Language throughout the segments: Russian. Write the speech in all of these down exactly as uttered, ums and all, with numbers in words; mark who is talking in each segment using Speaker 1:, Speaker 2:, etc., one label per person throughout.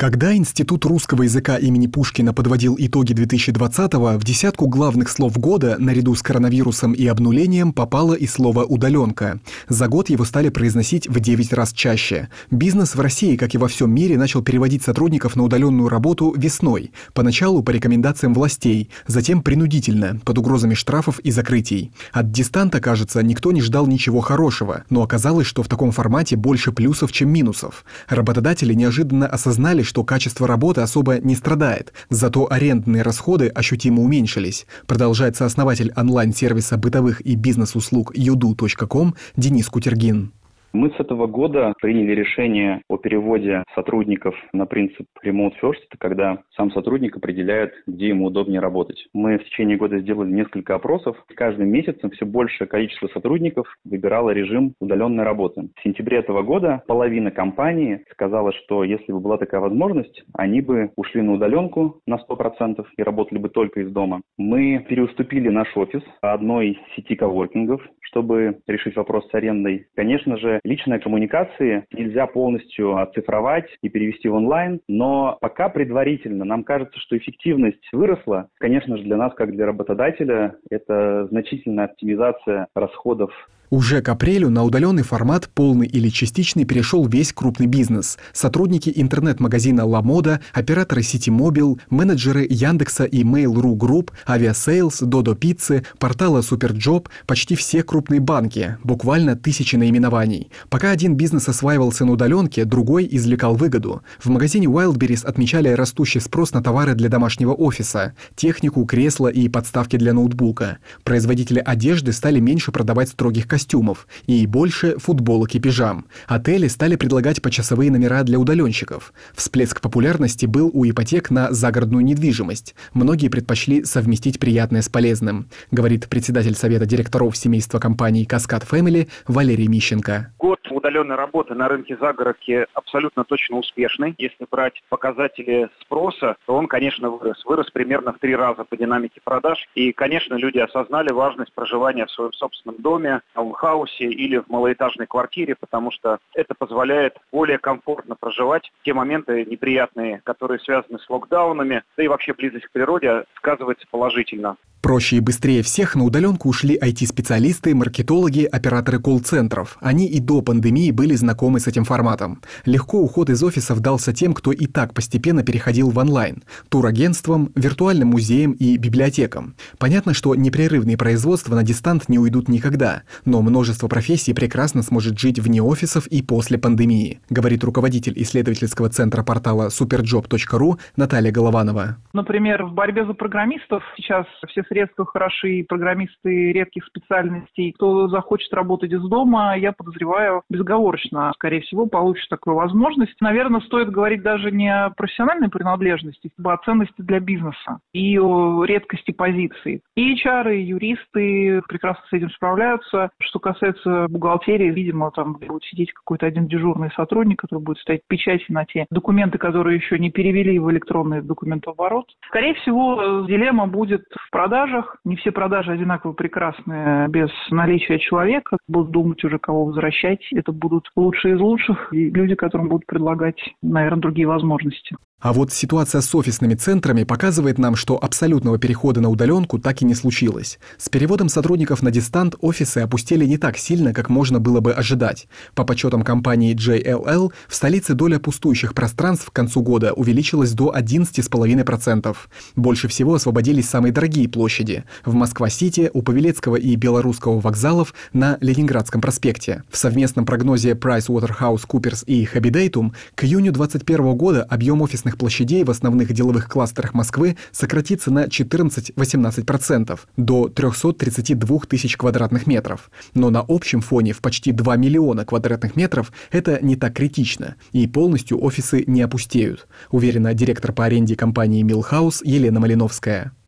Speaker 1: Когда Институт русского языка имени Пушкина подводил итоги две тысячи двадцатого, в десятку главных слов года наряду с коронавирусом и обнулением попало и слово «удаленка». За год его стали произносить в девять раз чаще. Бизнес в России, как и во всем мире, начал переводить сотрудников на удаленную работу весной. Поначалу по рекомендациям властей, затем принудительно, под угрозами штрафов и закрытий. От дистанта, кажется, никто не ждал ничего хорошего, но оказалось, что в таком формате больше плюсов, чем минусов. Работодатели неожиданно осознали, что качество работы особо не страдает, зато арендные расходы ощутимо уменьшились, продолжает сооснователь онлайн-сервиса бытовых и бизнес-услуг юду точка ком Денис Кутергин.
Speaker 2: Мы с этого года приняли решение о переводе сотрудников на принцип remote first, это когда сам сотрудник определяет, где ему удобнее работать. Мы в течение года сделали несколько опросов. С каждым месяцем все большее количество сотрудников выбирало режим удаленной работы. В сентябре этого года половина компании сказала, что если бы была такая возможность, они бы ушли на удаленку на сто процентов и работали бы только из дома. Мы переуступили наш офис одной сети коворкингов, чтобы решить вопрос с арендой. Конечно же, личные коммуникации нельзя полностью оцифровать и перевести в онлайн, но пока предварительно нам кажется, что эффективность выросла. Конечно же, для нас, как для работодателя, это значительная оптимизация расходов.
Speaker 1: Уже к апрелю на удаленный формат, полный или частичный, перешел весь крупный бизнес. Сотрудники интернет-магазина La Moda, операторы сети Mobil, менеджеры Яндекса и Mail.ru Group, Aviasales, Dodo Pizza, портала Superjob, почти все крупные банки, буквально тысячи наименований. Пока один бизнес осваивался на удаленке, другой извлекал выгоду. В магазине Wildberries отмечали растущий спрос на товары для домашнего офиса, технику, кресла и подставки для ноутбука. Производители одежды стали меньше продавать строгих костюмов. костюмов и больше футболок и пижам. Отели стали предлагать почасовые номера для удаленщиков. Всплеск популярности был у ипотек на загородную недвижимость. Многие предпочли совместить приятное с полезным, говорит председатель совета директоров семейства компании Cascade Family Валерий Мищенко.
Speaker 3: Год удаленной работы на рынке загородки абсолютно точно успешный. Если брать показатели спроса, то он, конечно, вырос. Вырос примерно в три раза по динамике продаж. И, конечно, люди осознали важность проживания в своем собственном доме, в хаусе или в малоэтажной квартире, потому что это позволяет более комфортно проживать те моменты неприятные, которые связаны с локдаунами, да и вообще близость к природе сказывается положительно.
Speaker 1: Проще и быстрее всех на удаленку ушли ай ти-специалисты, маркетологи, операторы колл-центров. Они и до пандемии были знакомы с этим форматом. Легко уход из офисов дался тем, кто и так постепенно переходил в онлайн – турагентствам, виртуальным музеям и библиотекам. Понятно, что непрерывные производства на дистант не уйдут никогда, но множество профессий прекрасно сможет жить вне офисов и после пандемии, говорит руководитель исследовательского центра портала суперджоп точка ру Наталья Голованова.
Speaker 4: Например, в борьбе за программистов сейчас все средства хороши, программисты редких специальностей. Кто захочет работать из дома, я подозреваю, безоговорочно, скорее всего, получит такую возможность. Наверное, стоит говорить даже не о профессиональной принадлежности, а о ценности для бизнеса и о редкости позиций. И эйч ар, и юристы прекрасно с этим справляются. Что касается бухгалтерии, видимо, там будет сидеть какой-то один дежурный сотрудник, который будет ставить печати на те документы, которые еще не перевели в электронный документооборот. Скорее всего, дилемма будет в продаже. Не все продажи одинаково прекрасные без наличия человека. Будут думать уже, кого возвращать. Это будут лучшие из лучших и люди, которым будут предлагать, наверное, другие возможности.
Speaker 1: А вот ситуация с офисными центрами показывает нам, что абсолютного перехода на удаленку так и не случилось. С переводом сотрудников на дистант офисы опустели не так сильно, как можно было бы ожидать. По подсчетам компании джей эл эл, в столице доля пустующих пространств к концу года увеличилась до одиннадцать целых пять десятых процента. Больше всего освободились самые дорогие площади – в Москва-Сити, у Павелецкого и Белорусского вокзалов, на Ленинградском проспекте. В совместном прогнозе PricewaterhouseCoopers и Habidatum к июню две тысячи двадцать первого года объем офисных площадей в основных деловых кластерах Москвы сократится на четырнадцать-восемнадцать процентов до триста тридцать два тысяч квадратных метров. Но на общем фоне в почти два миллиона квадратных метров это не так критично, и полностью офисы не опустеют, уверена директор по аренде компании Милхаус Елена Малиновская.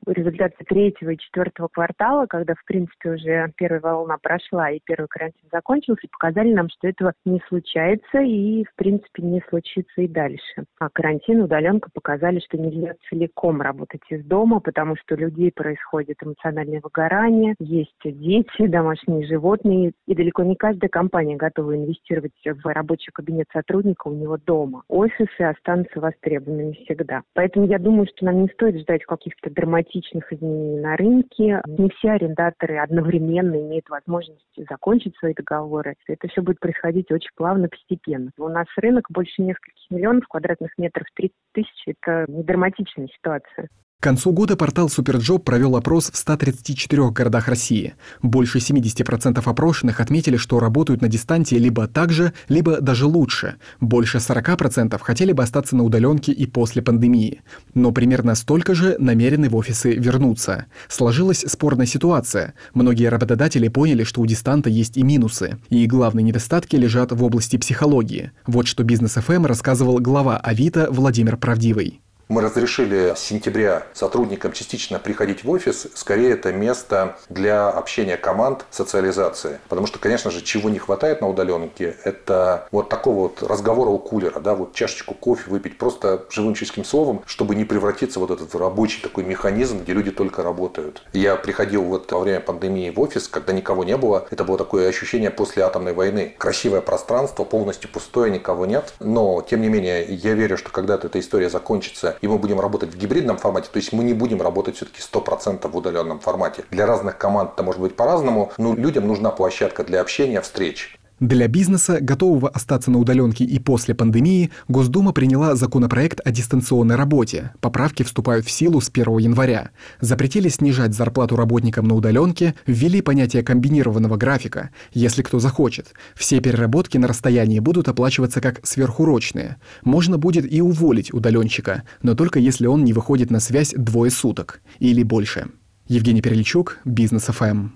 Speaker 5: Результаты третьего и четвертого квартала, когда, в принципе, уже первая волна прошла и первый карантин закончился, показали нам, что этого не случается и, в принципе, не случится и дальше. А карантин, удаленка показали, что нельзя целиком работать из дома, потому что у людей происходит эмоциональное выгорание, есть дети, домашние животные, и далеко не каждая компания готова инвестировать в рабочий кабинет сотрудника у него дома. Офисы останутся востребованными всегда. Поэтому я думаю, что нам не стоит ждать каких-то драматичных изменений на рынке. Не все арендаторы одновременно имеют возможность закончить свои договоры. Это все будет происходить очень плавно, постепенно. У нас рынок больше нескольких миллионов квадратных метров, тридцать тысяч. Это не драматичная ситуация.
Speaker 1: К концу года портал Суперджоп провел опрос в ста тридцати четырёх городах России. Больше семидесяти процентов опрошенных отметили, что работают на дистанции либо так же, либо даже лучше. Больше сорока процентов хотели бы остаться на удаленке и после пандемии. Но примерно столько же намерены в офисы вернуться. Сложилась спорная ситуация. Многие работодатели поняли, что у дистанта есть и минусы. И главные недостатки лежат в области психологии. Вот что Бизнес эф эм рассказывал глава Авито Владимир Правдивый.
Speaker 6: Мы разрешили с сентября сотрудникам частично приходить в офис. Скорее, это место для общения команд, социализации. Потому что, конечно же, чего не хватает на удаленке, это вот такого вот разговора у кулера, да, вот чашечку кофе выпить просто живым человеческим словом, чтобы не превратиться в вот этот рабочий такой механизм, где люди только работают. Я приходил вот во время пандемии в офис, когда никого не было. Это было такое ощущение после атомной войны. Красивое пространство, полностью пустое, никого нет. Но, тем не менее, я верю, что когда-то эта история закончится, и мы будем работать в гибридном формате, то есть мы не будем работать все-таки сто процентов в удаленном формате. Для разных команд это может быть по-разному, но людям нужна площадка для общения, встреч.
Speaker 1: Для бизнеса, готового остаться на удаленке и после пандемии, Госдума приняла законопроект о дистанционной работе. Поправки вступают в силу с первого января. Запретили снижать зарплату работникам на удаленке, ввели понятие комбинированного графика, если кто захочет. Все переработки на расстоянии будут оплачиваться как сверхурочные. Можно будет и уволить удаленщика, но только если он не выходит на связь двое суток или больше. Евгений Переличук, Бизнес эф эм.